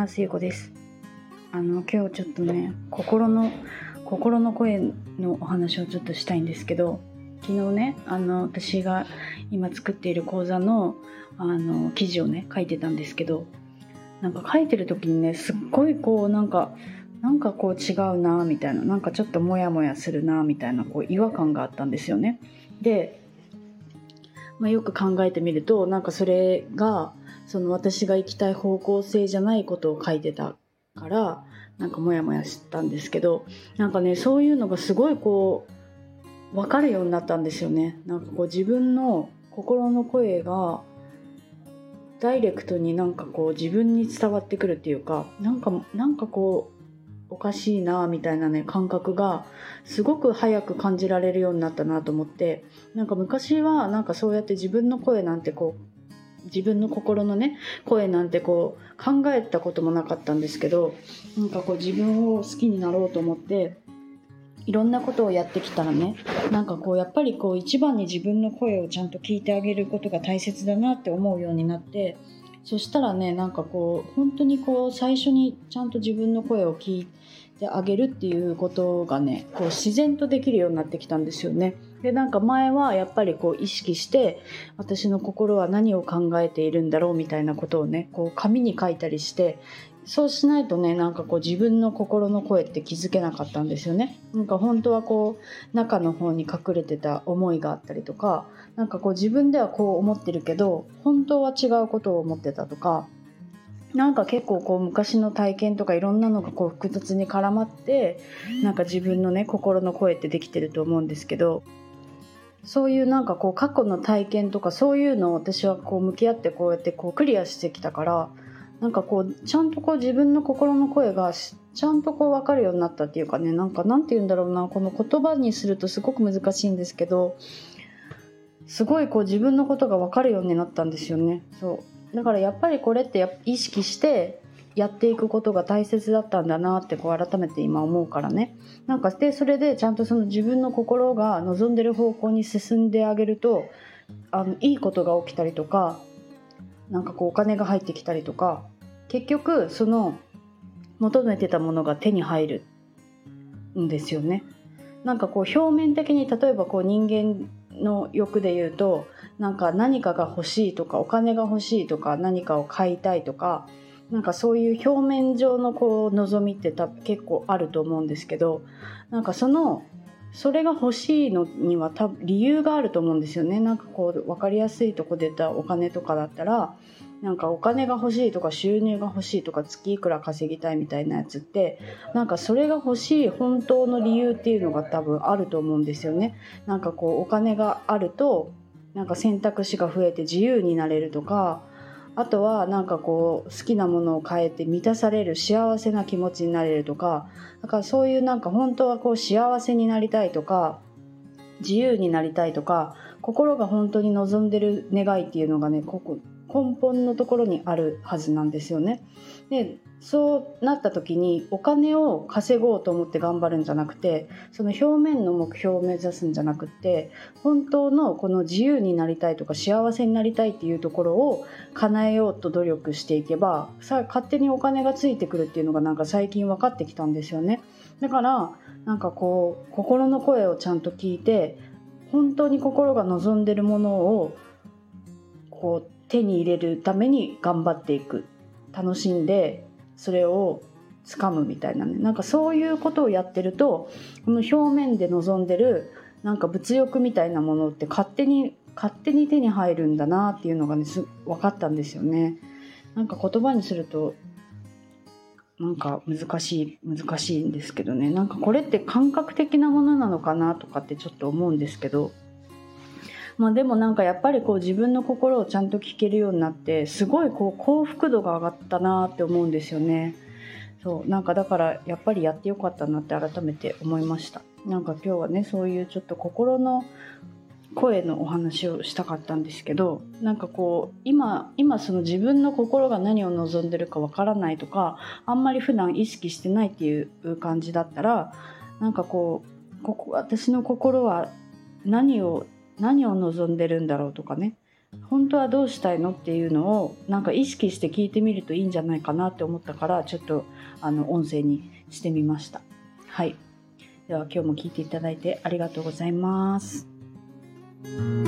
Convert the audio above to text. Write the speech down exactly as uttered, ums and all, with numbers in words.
ますゆうこです。あの今日ちょっとね心の心の声のお話をちょっとしたいんですけど、昨日ねあの私が今作っている講座のあの記事をね書いてたんですけど、なんか書いてる時にねすっごいこうなんかなんかこう違うなみたいな、なんかちょっとモヤモヤするなみたいなこう違和感があったんですよね。で、まあ、よく考えてみるとなんかそれがその私が行きたい方向性じゃないことを書いてたからなんかモヤモヤしたんですけど、なんかねそういうのがすごいこう分かるようになったんですよね。なんかこう自分の心の声がダイレクトになんかこう自分に伝わってくるっていうか、なんかなんかこうおかしいなみたいなね感覚がすごく早く感じられるようになったなと思って、なんか昔はなんかそうやって自分の声なんてこう自分の心のね声なんてこう考えたこともなかったんですけど、なんかこう自分を好きになろうと思っていろんなことをやってきたらね、なんかこうやっぱりこう一番に自分の声をちゃんと聞いてあげることが大切だなって思うようになって、そしたらねなんかこう本当にこう最初にちゃんと自分の声を聞いてあげるっていうことがねこう自然とできるようになってきたんですよね。でなんか前はやっぱりこう意識して私の心は何を考えているんだろうみたいなことをねこう紙に書いたりして、そうしないとねなんかこう自分の心の声って気づけなかったんですよね。なんか本当はこう中の方に隠れてた思いがあったりとか、なんかこう自分ではこう思ってるけど本当は違うことを思ってたとか、なんか結構こう昔の体験とかいろんなのがこう複雑に絡まってなんか自分のね心の声ってできてると思うんですけど、そういうなんかこう過去の体験とかそういうのを私はこう向き合ってこうやってこうクリアしてきたから、なんかこうちゃんとこう自分の心の声がちゃんとこう分かるようになったっていうかね、なんかなんて言うんだろうな、この言葉にするとすごく難しいんですけど、すごいこう自分のことが分かるようになったんですよね。そうだからやっぱりこれってや意識してやっていくことが大切だったんだなってこう改めて今思うからね、なんかでそれでちゃんとその自分の心が望んでる方向に進んであげると、あのいいことが起きたりとか、なんかこうお金が入ってきたりとか、結局その求めてたものが手に入るんですよね。なんかこう表面的に例えばこう人間の欲で言うと、なんか何かが欲しいとかお金が欲しいとか何かを買いたいとか、なんかそういう表面上のこう望みって多分結構あると思うんですけど、なんかそのそれが欲しいのには多分理由があると思うんですよね。なんかこう分かりやすいとこで言ったお金とかだったら、なんかお金が欲しいとか収入が欲しいとか月いくら稼ぎたいみたいなやつって、なんかそれが欲しい本当の理由っていうのが多分あると思うんですよね。なんかこうお金があるとなんか選択肢が増えて自由になれるとか、あとはなんかこう好きなものを変えて満たされる幸せな気持ちになれるとか、だからそういうなんか本当はこう幸せになりたいとか自由になりたいとか、心が本当に望んでる願いっていうのがねここ根本のところにあるはずなんですよね。でそうなった時にお金を稼ごうと思って頑張るんじゃなくて、その表面の目標を目指すんじゃなくて、本当のこの自由になりたいとか幸せになりたいっていうところを叶えようと努力していけば、さ勝手にお金がついてくるっていうのがなんか最近分かってきたんですよね。だからなんかこう心の声をちゃんと聞いて、本当に心が望んでるものをこう手に入れるために頑張っていく、楽しんでそれを掴むみたいなね、なんかそういうことをやってると、この表面で望んでるなんか物欲みたいなものって勝手に勝手に手に入るんだなっていうのがね分かったんですよね。なんか言葉にするとなんか難しい難しいんですけどね、なんかこれって感覚的なものなのかなとかってちょっと思うんですけど、まあ、でもなんかやっぱりこう自分の心をちゃんと聞けるようになって、すごいこう幸福度が上がったなって思うんですよね。そうなんかだからやっぱりやってよかったなって改めて思いました。なんか今日はねそういうちょっと心の声のお話をしたかったんですけど、なんかこう今今その自分の心が何を望んでるかわからないとか、あんまり普段意識してないっていう感じだったら、なんかこうここ私の心は何を何を望んでるんだろうとかね、 本当はどうしたいのっていうのをなんか意識して聞いてみるといいんじゃないかなって思ったから、ちょっとあの音声にしてみました。はい、では今日も聞いていただいてありがとうございます。